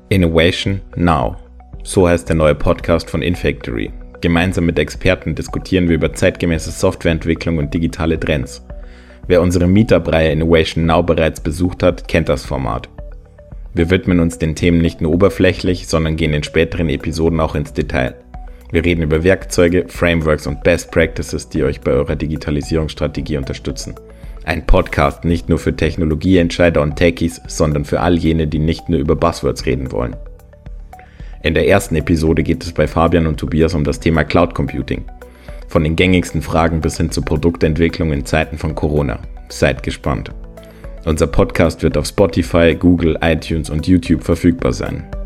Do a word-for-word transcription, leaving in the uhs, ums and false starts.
Innovation Now. So heißt der neue Podcast von Infactory. Gemeinsam mit Experten diskutieren wir über zeitgemäße Softwareentwicklung und digitale Trends. Wer unsere Meetup-Reihe Innovation Now bereits besucht hat, kennt das Format. Wir widmen uns den Themen nicht nur oberflächlich, sondern gehen in späteren Episoden auch ins Detail. Wir reden über Werkzeuge, Frameworks und Best Practices, die euch bei eurer Digitalisierungsstrategie unterstützen. Ein Podcast nicht nur für Technologieentscheider und Techies, sondern für all jene, die nicht nur über Buzzwords reden wollen. In der ersten Episode geht es bei Fabian und Tobias um das Thema Cloud Computing. Von den gängigsten Fragen bis hin zur Produktentwicklung in Zeiten von Corona. Seid gespannt. Unser Podcast wird auf Spotify, Google, iTunes und YouTube verfügbar sein.